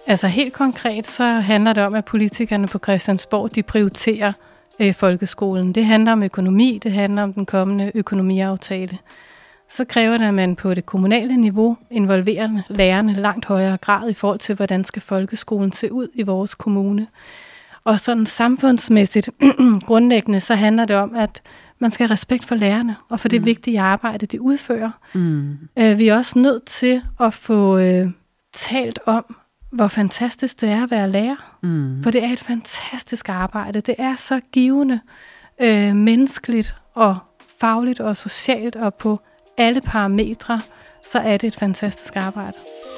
Altså helt konkret, så handler det om, at politikerne på Christiansborg, de prioriterer folkeskolen. Det handler om økonomi, det handler om den kommende økonomiaftale. Så kræver det, at man på det kommunale niveau involverer lærerne langt højere grad i forhold til, hvordan skal folkeskolen se ud i vores kommune. Og sådan samfundsmæssigt grundlæggende, så handler det om, at man skal have respekt for lærerne, og for det vigtige arbejde, de udfører. Vi er også nødt til at få talt om, hvor fantastisk det er at være lærer. For det er et fantastisk arbejde. Det er så givende, menneskeligt og fagligt og socialt, og på alle parametre, så er det et fantastisk arbejde.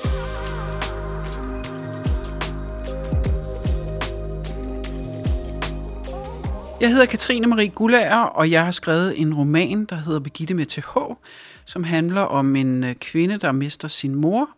Jeg hedder Katrine Marie Guldager, og jeg har skrevet en roman, der hedder Birgitte med TH, som handler om en kvinde, der mister sin mor.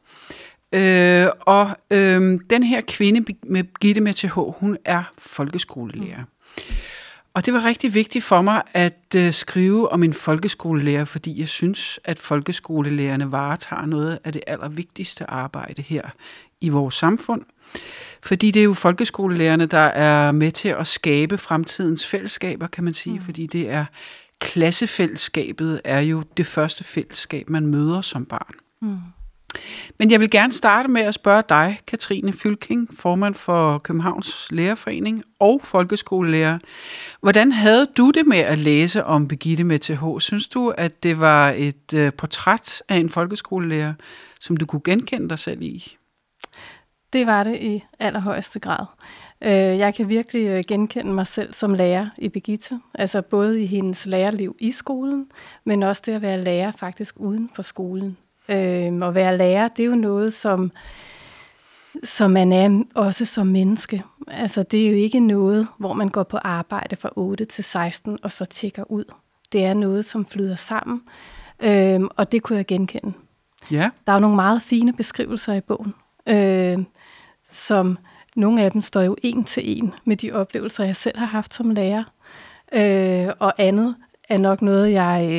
Den her kvinde med Birgitte med TH, hun er folkeskolelærer. Og det var rigtig vigtigt for mig at skrive om en folkeskolelærer, fordi jeg synes, at folkeskolelærerne varetager noget af det allervigtigste arbejde her i vores samfund. Fordi det er jo folkeskolelærerne, der er med til at skabe fremtidens fællesskaber, kan man sige. Fordi det er klassefællesskabet er jo det første fællesskab, man møder som barn. Men jeg vil gerne starte med at spørge dig, Katrine Fylking, formand for Københavns Lærerforening og folkeskolelærer. Hvordan havde du det med at læse om Birgitte med TH? Synes du, at det var et portræt af en folkeskolelærer, som du kunne genkende dig selv i? Det var det i allerhøjeste grad. Jeg kan virkelig genkende mig selv som lærer i Birgitte. Altså både i hendes lærerliv i skolen, men også det at være lærer faktisk uden for skolen. At være lærer, det er jo noget, som man er også som menneske. Altså det er jo ikke noget, hvor man går på arbejde fra 8 til 16 og så tjekker ud. Det er noget, som flyder sammen, og det kunne jeg genkende. Ja. Der er jo nogle meget fine beskrivelser i bogen, som nogle af dem står jo en til en med de oplevelser, jeg selv har haft som lærer. Og andet er nok noget,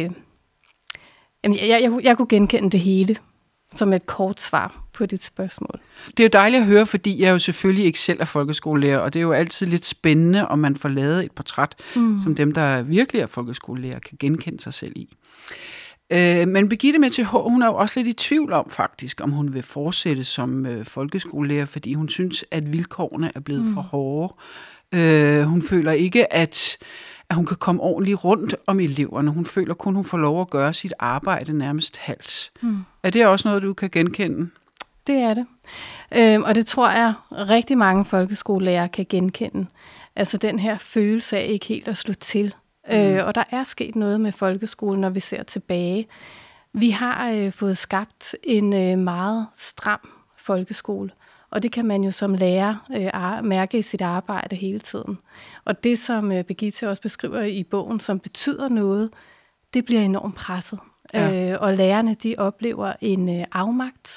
jeg kunne genkende det hele som et kort svar på dit spørgsmål. Det er jo dejligt at høre, fordi jeg jo selvfølgelig ikke selv er folkeskolelærer, og det er jo altid lidt spændende, om man får lavet et portræt, som dem, der virkelig er folkeskolelærer, kan genkende sig selv i. Men Birgitte med TH, hun er jo også lidt i tvivl om faktisk, om hun vil fortsætte som folkeskolelærer, fordi hun synes, at vilkårene er blevet for hårde. Hun føler ikke, at hun kan komme ordentligt rundt om eleverne. Hun føler kun, hun får lov at gøre sit arbejde nærmest halvt. Er det også noget, du kan genkende? Det er det. Og det tror jeg, rigtig mange folkeskolelærere kan genkende. Altså den her følelse af ikke helt at slå til. Og der er sket noget med folkeskolen, når vi ser tilbage. Vi har fået skabt en meget stram folkeskole. Og det kan man jo som lærer mærke i sit arbejde hele tiden. Og det, som Birgitte også beskriver i bogen, som betyder noget, det bliver enormt presset. Ja. Og lærerne, de oplever en afmagt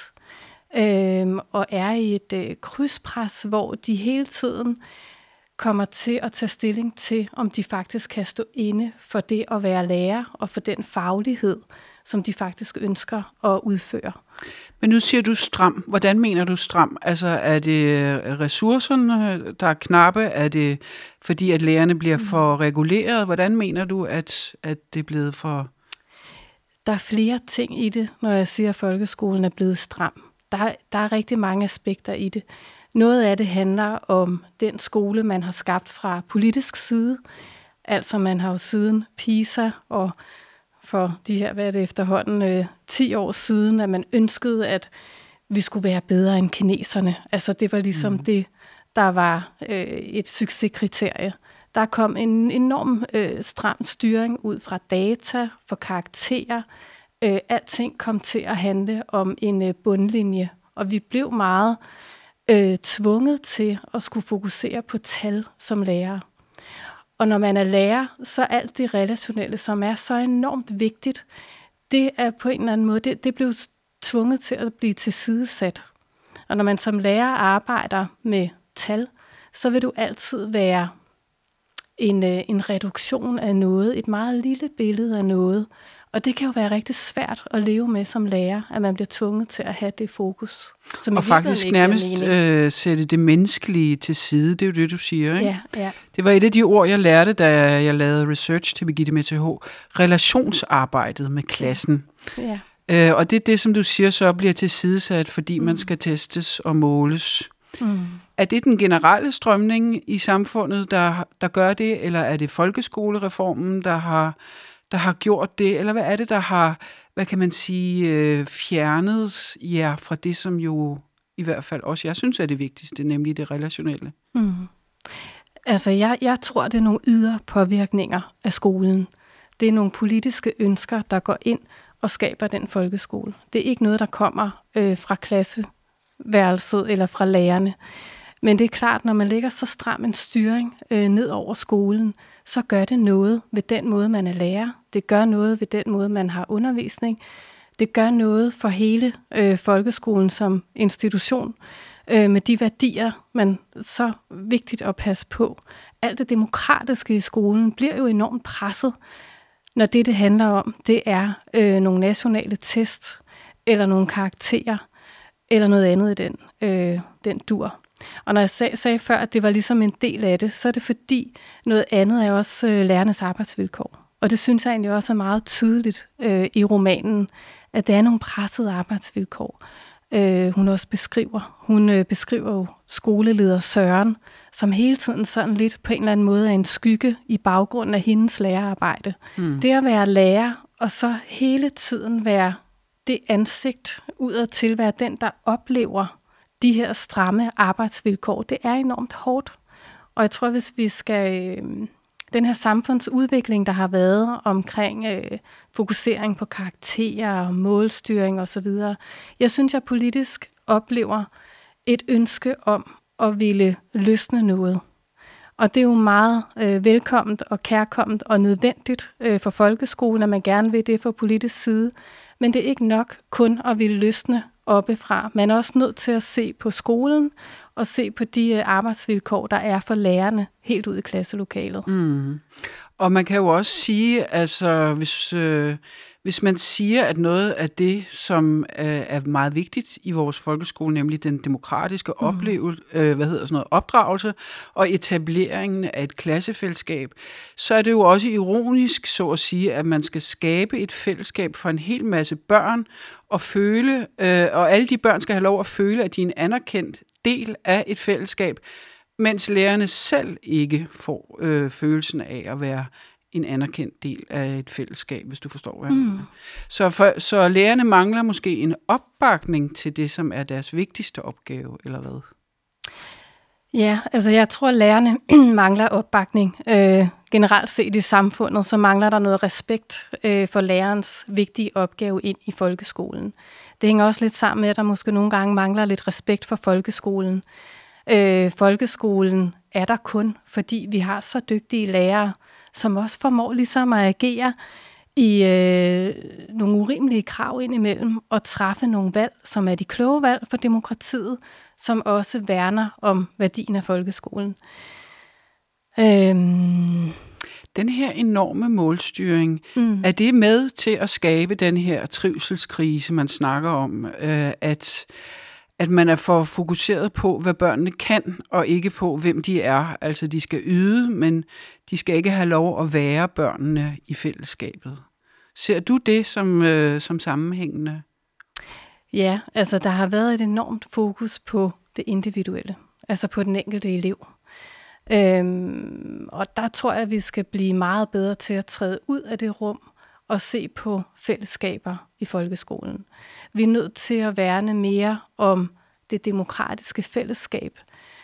og er i et krydspres, hvor de hele tiden kommer til at tage stilling til, om de faktisk kan stå inde for det at være lærer og for den faglighed, som de faktisk ønsker at udføre. Men nu siger du stram. Hvordan mener du stram? Altså er det ressourcerne, der er knappe? Er det fordi, at lærerne bliver for reguleret? Hvordan mener du, at det er blevet for... Der er flere ting i det, når jeg siger, at folkeskolen er blevet stram. Der er rigtig mange aspekter i det. Noget af det handler om den skole, man har skabt fra politisk side. Altså man har jo siden PISA og for de her, hvad er det efterhånden, 10 år siden, at man ønskede, at vi skulle være bedre end kineserne. Altså det var ligesom det, der var et succeskriterie. Der kom en enorm stram styring ud fra data, for karakterer. Alting kom til at handle om en bundlinje, og vi blev meget tvunget til at skulle fokusere på tal som lærer. Og når man er lærer, så alt det relationelle, som er så enormt vigtigt, det er på en eller anden måde, det blev tvunget til at blive tilsidesat. Og når man som lærer arbejder med tal, så vil du altid være en reduktion af noget, et meget lille billede af noget. Og det kan jo være rigtig svært at leve med som lærer, at man bliver tvunget til at have det fokus. Som og faktisk nærmest sætte det menneskelige til side, det er jo det, du siger, ikke? Ja. Det var et af de ord, jeg lærte, da jeg lavede research til Birgitte med TH. Relationsarbejdet med klassen. Ja. Og det er det, som du siger, så bliver tilsidesat, fordi man skal testes og måles. Er det den generelle strømning i samfundet, der gør det, eller er det folkeskolereformen, der har gjort det, eller hvad er det, der har, hvad kan man sige, fjernet jer fra det, som jo i hvert fald også jeg synes er det vigtigste, nemlig det relationelle? Altså, jeg tror, det er nogle ydre påvirkninger af skolen. Det er nogle politiske ønsker, der går ind og skaber den folkeskole. Det er ikke noget, der kommer fra klasseværelset eller fra lærerne. Men det er klart, når man lægger så stram en styring ned over skolen, så gør det noget ved den måde, man er lærer. Det gør noget ved den måde, man har undervisning. Det gør noget for hele folkeskolen som institution, med de værdier, man så vigtigt at passe på. Alt det demokratiske i skolen bliver jo enormt presset, når det handler om, det er nogle nationale test, eller nogle karakterer, eller noget andet i den dur. Og når jeg sagde før, at det var ligesom en del af det, så er det fordi noget andet er også lærernes arbejdsvilkår. Og det synes jeg egentlig også er meget tydeligt i romanen, at det er nogle pressede arbejdsvilkår. Hun også beskriver. Hun beskriver jo skoleleder Søren, som hele tiden sådan lidt på en eller anden måde er en skygge i baggrunden af hendes lærerarbejde. Det at være lærer, og så hele tiden være det ansigt udad til, være den, der oplever de her stramme arbejdsvilkår, det er enormt hårdt. Og jeg tror, hvis vi skal den her samfundsudvikling, der har været omkring fokusering på karakterer, målstyring osv., jeg synes, jeg politisk oplever et ønske om at ville løsne noget. Og det er jo meget velkomment og kærkomment og nødvendigt for folkeskolen, at man gerne vil det fra politisk side. Men det er ikke nok kun at ville løsne oppefra. Man er også nødt til at se på skolen og se på de arbejdsvilkår, der er for lærerne helt ud i klasselokalet. Og man kan jo også sige, altså hvis man siger, at noget af det, som er meget vigtigt i vores folkeskole, nemlig den demokratiske opdragelse og etableringen af et klassefællesskab, så er det jo også ironisk, så at sige, at man skal skabe et fællesskab for en hel masse børn og føle, og alle de børn skal have lov at føle, at de er en anerkendt del af et fællesskab, mens lærerne selv ikke får følelsen af at være en anerkendt del af et fællesskab, hvis du forstår, hvad jeg mener. Så lærerne mangler måske en opbakning til det, som er deres vigtigste opgave, eller hvad? Ja, altså jeg tror, at lærerne mangler opbakning. Generelt set i samfundet, så mangler der noget respekt for lærerens vigtige opgave ind i folkeskolen. Det hænger også lidt sammen med, at der måske nogle gange mangler lidt respekt for folkeskolen. Folkeskolen er der kun, fordi vi har så dygtige lærere, som også formår ligesom at agere i nogle urimelige krav indimellem og træffe nogle valg, som er de kloge valg for demokratiet, som også værner om værdien af folkeskolen. Den her enorme målstyring, er det med til at skabe den her trivselskrise, man snakker om, at man er for fokuseret på, hvad børnene kan, og ikke på, hvem de er. Altså, de skal yde, men de skal ikke have lov at være børnene i fællesskabet. Ser du det som sammenhængende? Ja, altså der har været et enormt fokus på det individuelle, altså på den enkelte elev. Og der tror jeg, at vi skal blive meget bedre til at træde ud af det rum og se på fællesskaber i folkeskolen. Vi er nødt til at værne mere om det demokratiske fællesskab,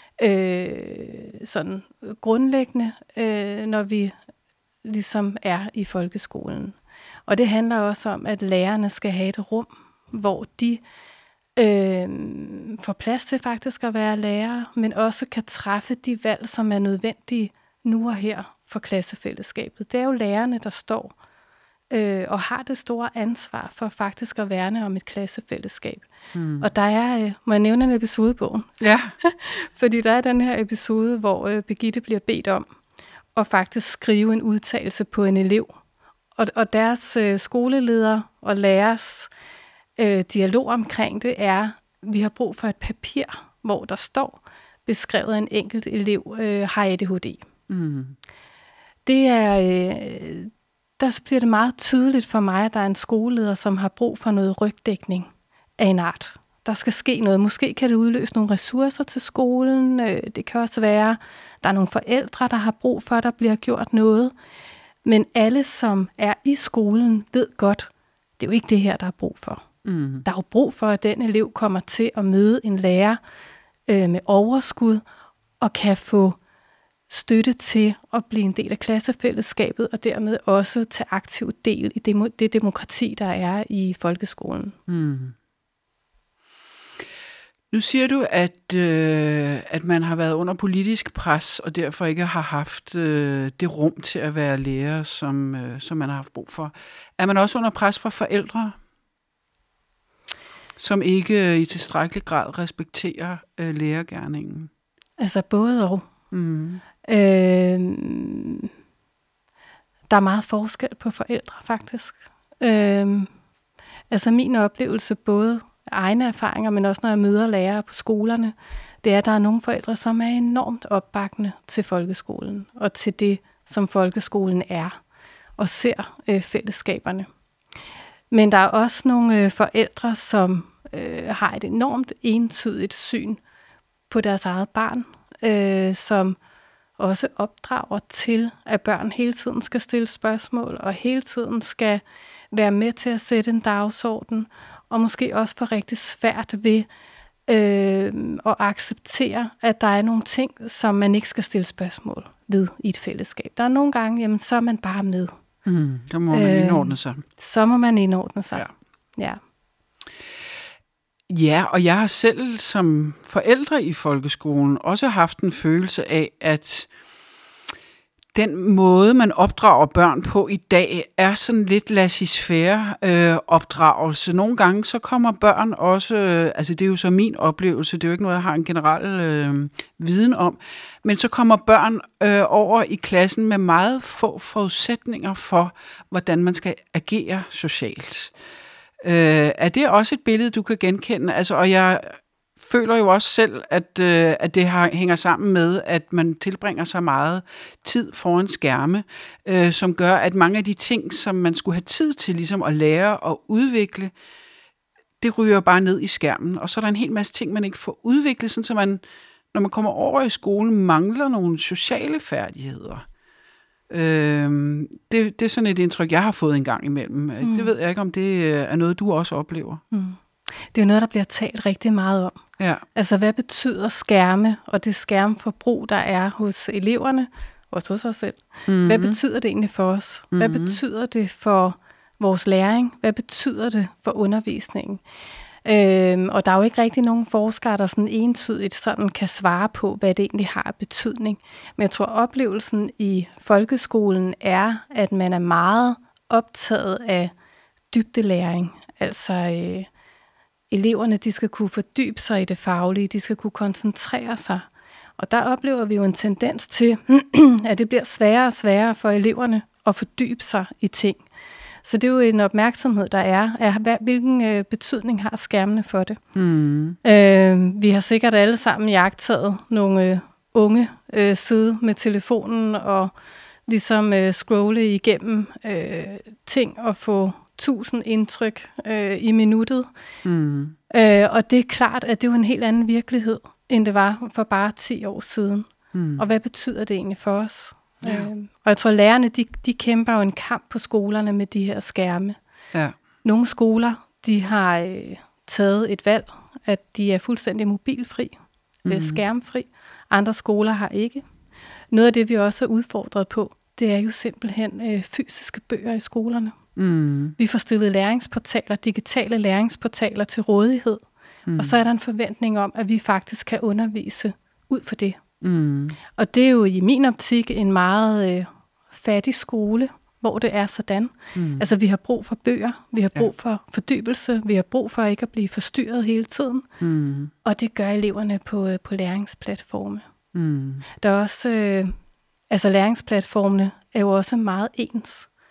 sådan grundlæggende, når vi ligesom er i folkeskolen. Og det handler også om, at lærerne skal have et rum, hvor de får plads til faktisk at være lærere, men også kan træffe de valg, som er nødvendige nu og her for klassefællesskabet. Det er jo lærerne, der står og har det store ansvar for faktisk at værne om et klassefællesskab. Og der er, må jeg nævne en episode i bogen? Ja. Fordi der er den her episode, hvor Birgitte bliver bedt om at faktisk skrive en udtalelse på en elev, Og deres skoleleder og lærers dialog omkring det er, vi har brug for et papir, hvor der står beskrevet, at en enkelt elev har ADHD. Det er, der bliver det meget tydeligt for mig, at der er en skoleleder, som har brug for noget rygdækning af en art. Der skal ske noget. Måske kan det udløse nogle ressourcer til skolen. Det kan også være, der er nogle forældre, der har brug for, at der bliver gjort noget. Men alle, som er i skolen, ved godt, det er jo ikke det her, der er brug for. Der er jo brug for, at den elev kommer til at møde en lærer med overskud, og kan få støtte til at blive en del af klassefællesskabet, og dermed også tage aktiv del i det demokrati, der er i folkeskolen. Nu siger du, at man har været under politisk pres, og derfor ikke har haft det rum til at være lærer, som man har haft brug for. Er man også under pres fra forældre, som ikke i tilstrækkelig grad respekterer lærergerningen? Altså både og. Der er meget forskel på forældre, faktisk. Min oplevelse, både egne erfaringer, men også når jeg møder lærere på skolerne, det er, at der er nogle forældre, som er enormt opbakkende til folkeskolen, og til det, som folkeskolen er, og ser fællesskaberne. Men der er også nogle forældre, som har et enormt entydigt syn på deres eget barn, som også opdrager til, at børn hele tiden skal stille spørgsmål, og hele tiden skal være med til at sætte en dagsorden, og måske også få rigtig svært ved at acceptere, at der er nogle ting, som man ikke skal stille spørgsmål ved i et fællesskab. Der er nogle gange, jamen, så er man bare med. Så må man indordne sig. Så må man indordne sig, ja. Ja, og jeg har selv som forældre i folkeskolen også haft en følelse af, at den måde, man opdrager børn på i dag, er sådan lidt laissez-faire opdragelse. Nogle gange så kommer børn også, altså det er jo så min oplevelse, det er jo ikke noget, jeg har en generel viden om, men så kommer børn over i klassen med meget få forudsætninger for, hvordan man skal agere socialt. Er det også et billede, du kan genkende? Altså, og jeg føler jo også selv, at det hænger sammen med, at man tilbringer så meget tid foran skærme, som gør, at mange af de ting, som man skulle have tid til ligesom at lære og udvikle, det ryger bare ned i skærmen. Og så er der en hel masse ting, man ikke får udviklet, sådan så man, når man kommer over i skolen, mangler nogle sociale færdigheder. Det er sådan et indtryk, jeg har fået en gang imellem. Det ved jeg ikke, om det er noget, du også oplever. Det er jo noget, der bliver talt rigtig meget om. Ja. Altså, hvad betyder skærme og det skærmforbrug, der er hos eleverne, også hos os selv? Hvad betyder det egentlig for os? Hvad betyder det for vores læring? Hvad betyder det for undervisningen? Og der er jo ikke rigtig nogen forskere, der sådan entydigt sådan kan svare på, hvad det egentlig har af betydning. Men jeg tror, oplevelsen i folkeskolen er, at man er meget optaget af dybdelæring. Altså eleverne, de skal kunne fordybe sig i det faglige, de skal kunne koncentrere sig. Og der oplever vi jo en tendens til, at det bliver sværere og sværere for eleverne at fordybe sig i ting. Så det er jo en opmærksomhed, der er. Hvilken betydning har skærmene for det? Vi har sikkert alle sammen iagttaget nogle unge sidde med telefonen og ligesom scrolle igennem ting og få 1000 indtryk i minuttet. Og det er klart, at det er jo en helt anden virkelighed, end det var for bare 10 år siden. Og hvad betyder det egentlig for os? Ja. Og jeg tror, lærerne, de kæmper jo en kamp på skolerne med de her skærme. Ja. Nogle skoler, de har taget et valg, at de er fuldstændig mobilfri, skærmfri. Andre skoler har ikke. Noget af det, vi også er udfordret på, det er jo simpelthen fysiske bøger i skolerne. Vi får stillet læringsportaler, digitale læringsportaler til rådighed. Og så er der en forventning om, at vi faktisk kan undervise ud for det. Og det er jo i min optik en meget fattig skole, hvor det er sådan. Altså vi har brug for bøger, vi har brug for fordybelse, vi har brug for ikke at blive forstyrret hele tiden. Og det gør eleverne på læringsplatforme. Der er også, altså læringsplatformene er jo også meget ens.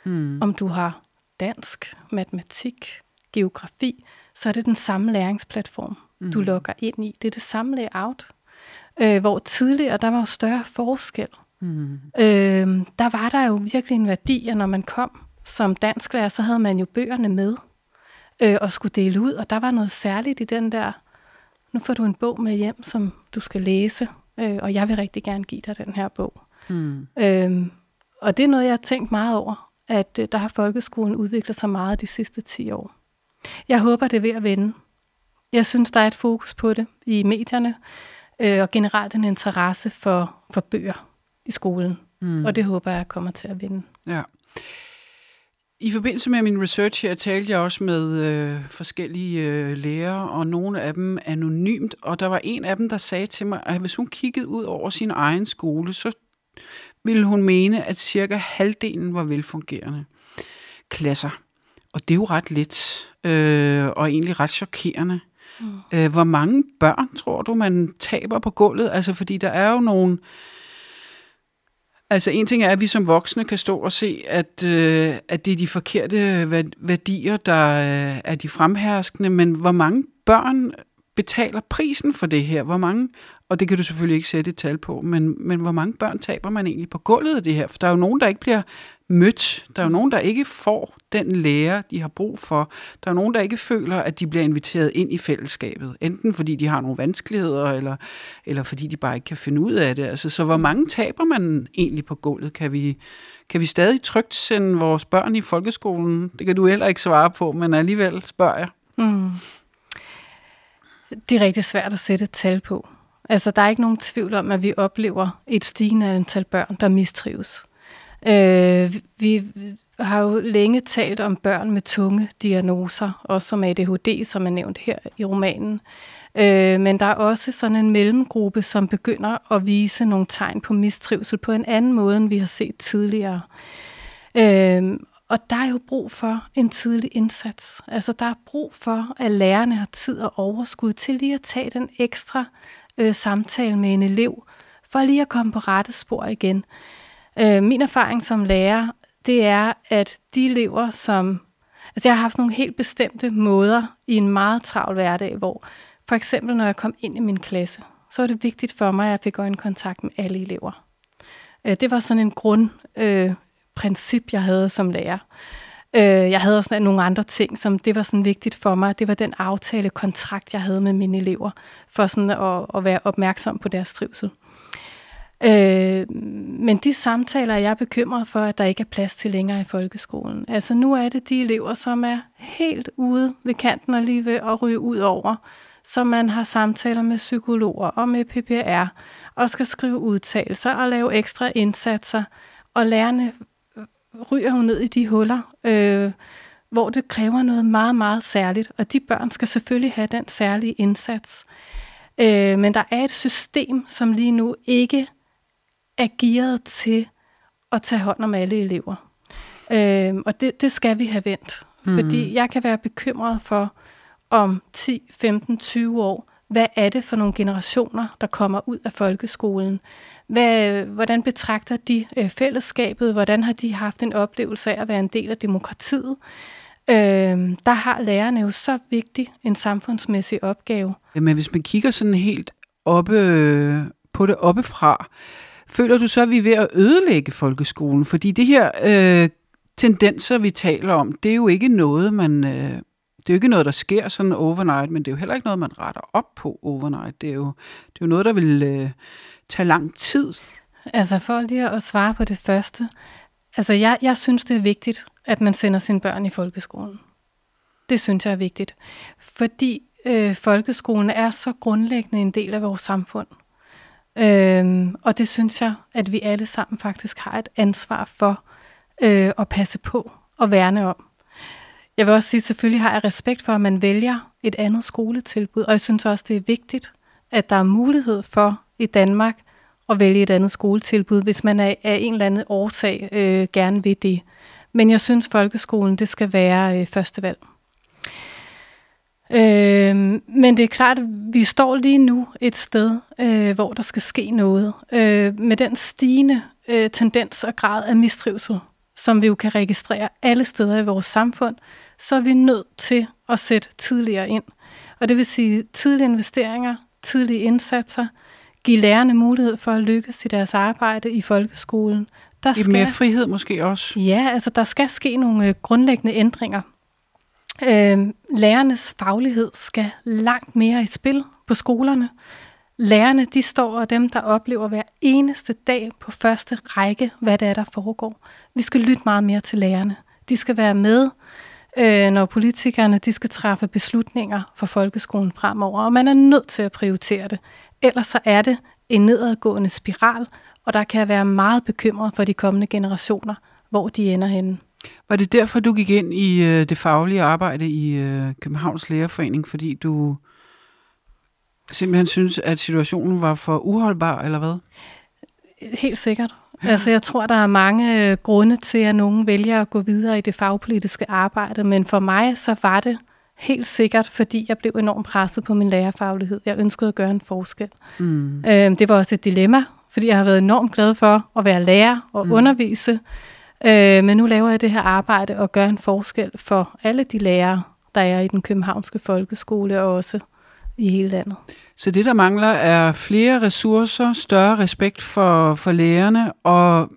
Om du har dansk, matematik, geografi, så er det den samme læringsplatform, du logger ind i. Det er det samme layout. Hvor tidligere, der var jo større forskel. Der var der jo virkelig en værdi, at når man kom som dansklærer, så havde man jo bøgerne med og skulle dele ud, og der var noget særligt i den der, nu får du en bog med hjem, som du skal læse, og jeg vil rigtig gerne give dig den her bog. Og det er noget, jeg har tænkt meget over, at der har folkeskolen udviklet sig meget de sidste 10 år. Jeg håber, det er ved at vende. Jeg synes, der er et fokus på det i medierne, og generelt en interesse for bøger i skolen. Og det håber jeg kommer til at vinde. Ja. I forbindelse med min research her, talte jeg også med forskellige lærere, og nogle af dem anonymt, og der var en af dem, der sagde til mig, at hvis hun kiggede ud over sin egen skole, så ville hun mene, at cirka halvdelen var velfungerende klasser. Og det er jo ret lidt, og egentlig ret chokerende. Hvor mange børn, tror du, man taber på gulvet? Altså, fordi der er jo nogle... Altså, en ting er, at vi som voksne kan stå og se, at det er de forkerte værdier, der er de fremherskende, men hvor mange børn betaler prisen for det her? Hvor mange, og det kan du selvfølgelig ikke sætte et tal på, men hvor mange børn taber man egentlig på gulvet af det her? For der er jo nogen, der ikke bliver mødt. Der er jo nogen, der ikke får den lærer, de har brug for. Der er nogen, der ikke føler, at de bliver inviteret ind i fællesskabet. Enten fordi de har nogle vanskeligheder, eller fordi de bare ikke kan finde ud af det. Altså, så hvor mange taber man egentlig på gulvet? Kan vi stadig trygt sende vores børn i folkeskolen? Det kan du heller ikke svare på, men alligevel spørger jeg. Det er rigtig svært at sætte et tal på. Altså, der er ikke nogen tvivl om, at vi oplever et stigende antal børn, der mistrives. Vi har jo længe talt om børn med tunge diagnoser, også som ADHD, som er nævnt her i romanen. Men der er også sådan en mellemgruppe, som begynder at vise nogle tegn på mistrivsel på en anden måde, end vi har set tidligere. Og der er jo brug for en tidlig indsats. Altså, der er brug for, at lærerne har tid og overskud til lige at tage den ekstra samtale med en elev, for lige at komme på rette spor igen. Min erfaring som lærer, det er, at de elever, som... Altså, jeg har haft nogle helt bestemte måder i en meget travl hverdag, hvor for eksempel, når jeg kom ind i min klasse, så var det vigtigt for mig, at jeg fik øjenkontakt med alle elever. Det var sådan en grundprincip, jeg havde som lærer. Jeg havde også nogle andre ting, som det var sådan vigtigt for mig. Det var den aftalekontrakt, jeg havde med mine elever, for sådan at være opmærksom på deres trivsel. Men de samtaler er jeg bekymret for, at der ikke er plads til længere i folkeskolen. Altså nu er det de elever, som er helt ude ved kanten og lige ved at ryge ud over, så man har samtaler med psykologer og med PPR, og skal skrive udtalelser og lave ekstra indsatser, og lærerne ryger jo ned i de huller, hvor det kræver noget meget, meget særligt, og de børn skal selvfølgelig have den særlige indsats. Men der er et system, som lige nu ikke er gearet til at tage hånd om alle elever. Og det skal vi have vendt. Fordi jeg kan være bekymret for, om 10, 15, 20 år, hvad er det for nogle generationer, der kommer ud af folkeskolen? Hvordan betragter de fællesskabet? Hvordan har de haft en oplevelse af at være en del af demokratiet? Der har lærerne jo så vigtig en samfundsmæssig opgave. Jamen, hvis man kigger sådan helt på det oppefra, føler du så, at vi er ved at ødelægge folkeskolen? Fordi det her tendenser, vi taler om, det er jo ikke noget, det er jo ikke noget, der sker sådan overnight, men det er jo heller ikke noget, man retter op på overnight. Det er jo noget, der vil tage lang tid. Altså for lige at svare på det første. Altså jeg synes, det er vigtigt, at man sender sine børn i folkeskolen. Det synes jeg er vigtigt. Fordi folkeskolen er så grundlæggende en del af vores samfund. Og det synes jeg, at vi alle sammen faktisk har et ansvar for at passe på og værne om. Jeg vil også sige, at selvfølgelig har jeg respekt for, at man vælger et andet skoletilbud, og jeg synes også, det er vigtigt, at der er mulighed for i Danmark at vælge et andet skoletilbud, hvis man af en eller anden årsag gerne vil det. Men jeg synes, folkeskolen det skal være første valg. Men det er klart, at vi står lige nu et sted, hvor der skal ske noget. Med den stigende tendens og grad af mistrivsel, som vi jo kan registrere alle steder i vores samfund, så er vi nødt til at sætte tidligere ind. Og det vil sige tidlige investeringer, tidlige indsatser, give lærerne mulighed for at lykkes i deres arbejde i folkeskolen. Der skal mere frihed måske også? Ja, altså der skal ske nogle grundlæggende ændringer. Lærernes faglighed skal langt mere i spil på skolerne. Lærerne, de står og dem, der oplever hver eneste dag på første række, hvad det er, der foregår. Vi skal lytte meget mere til lærerne. De skal være med, når politikerne de skal træffe beslutninger for folkeskolen fremover, og man er nødt til at prioritere det. Ellers så er det en nedadgående spiral, og der kan være meget bekymret for de kommende generationer, hvor de ender henne. Var det derfor, du gik ind i det faglige arbejde i Københavns Lærerforening, fordi du simpelthen synes, at situationen var for uholdbar, eller hvad? Helt sikkert. Ja. Altså, jeg tror, der er mange grunde til, at nogen vælger at gå videre i det fagpolitiske arbejde, men for mig så var det helt sikkert, fordi jeg blev enormt presset på min lærerfaglighed. Jeg ønskede at gøre en forskel. Det var også et dilemma, fordi jeg har været enormt glad for at være lærer og undervise, men nu laver jeg det her arbejde og gør en forskel for alle de lærere, der er i den københavnske folkeskole og også i hele landet. Så det, der mangler, er flere ressourcer, større respekt for lærerne, og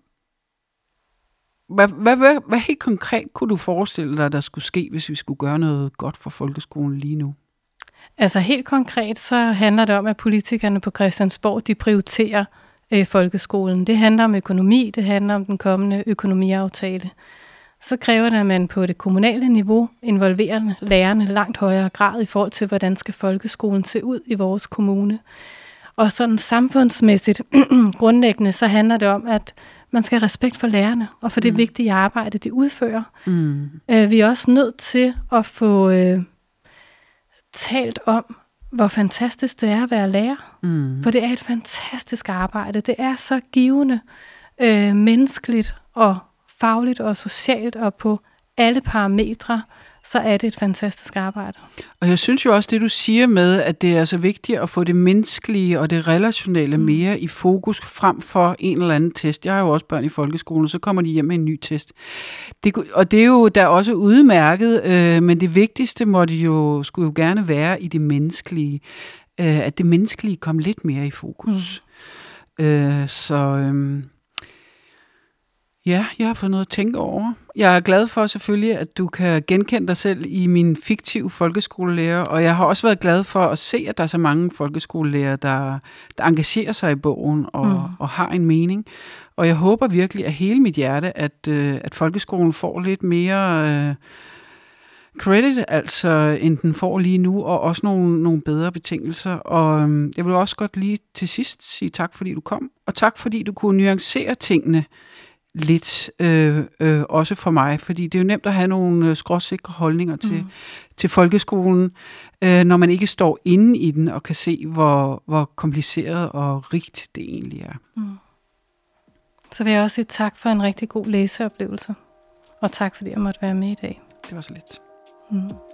hvad helt konkret kunne du forestille dig, der skulle ske, hvis vi skulle gøre noget godt for folkeskolen lige nu? Altså helt konkret, så handler det om, at politikerne på Christiansborg, de prioriterer folkeskolen. Det handler om økonomi, det handler om den kommende økonomiaftale. Så kræver det, at man på det kommunale niveau involverer lærerne langt højere grad i forhold til, hvordan skal folkeskolen se ud i vores kommune. Og sådan samfundsmæssigt grundlæggende, så handler det om, at man skal have respekt for lærerne, og for det vigtige arbejde, de udfører. Vi er også nødt til at få talt om, hvor fantastisk det er at være lærer. For det er et fantastisk arbejde. Det er så givende, menneskeligt og fagligt og socialt, og på alle parametre, så er det et fantastisk arbejde. Og jeg synes jo også, det du siger med, at det er så vigtigt at få det menneskelige og det relationelle mere i fokus frem for en eller anden test. Jeg har jo også børn i folkeskolen, og så kommer de hjem med en ny test. Og det er jo der også udmærket, men det vigtigste skulle jo gerne være i det menneskelige. At det menneskelige kom lidt mere i fokus. Ja, jeg har fået noget at tænke over. Jeg er glad for selvfølgelig, at du kan genkende dig selv i min fiktive folkeskolelærer, og jeg har også været glad for at se, at der er så mange folkeskolelærer, der engagerer sig i bogen og har en mening. Og jeg håber virkelig af hele mit hjerte, at folkeskolen får lidt mere credit, altså end den får lige nu, og også nogle bedre betingelser. Og jeg vil også godt lige til sidst sige tak, fordi du kom, og tak, fordi du kunne nuancere tingene lidt, også for mig, fordi det er jo nemt at have nogle skråsikre holdninger til folkeskolen, når man ikke står inde i den og kan se, hvor kompliceret og rigt det egentlig er. Så vil jeg også sige tak for en rigtig god læseoplevelse, og tak fordi jeg måtte være med i dag. Det var så lidt.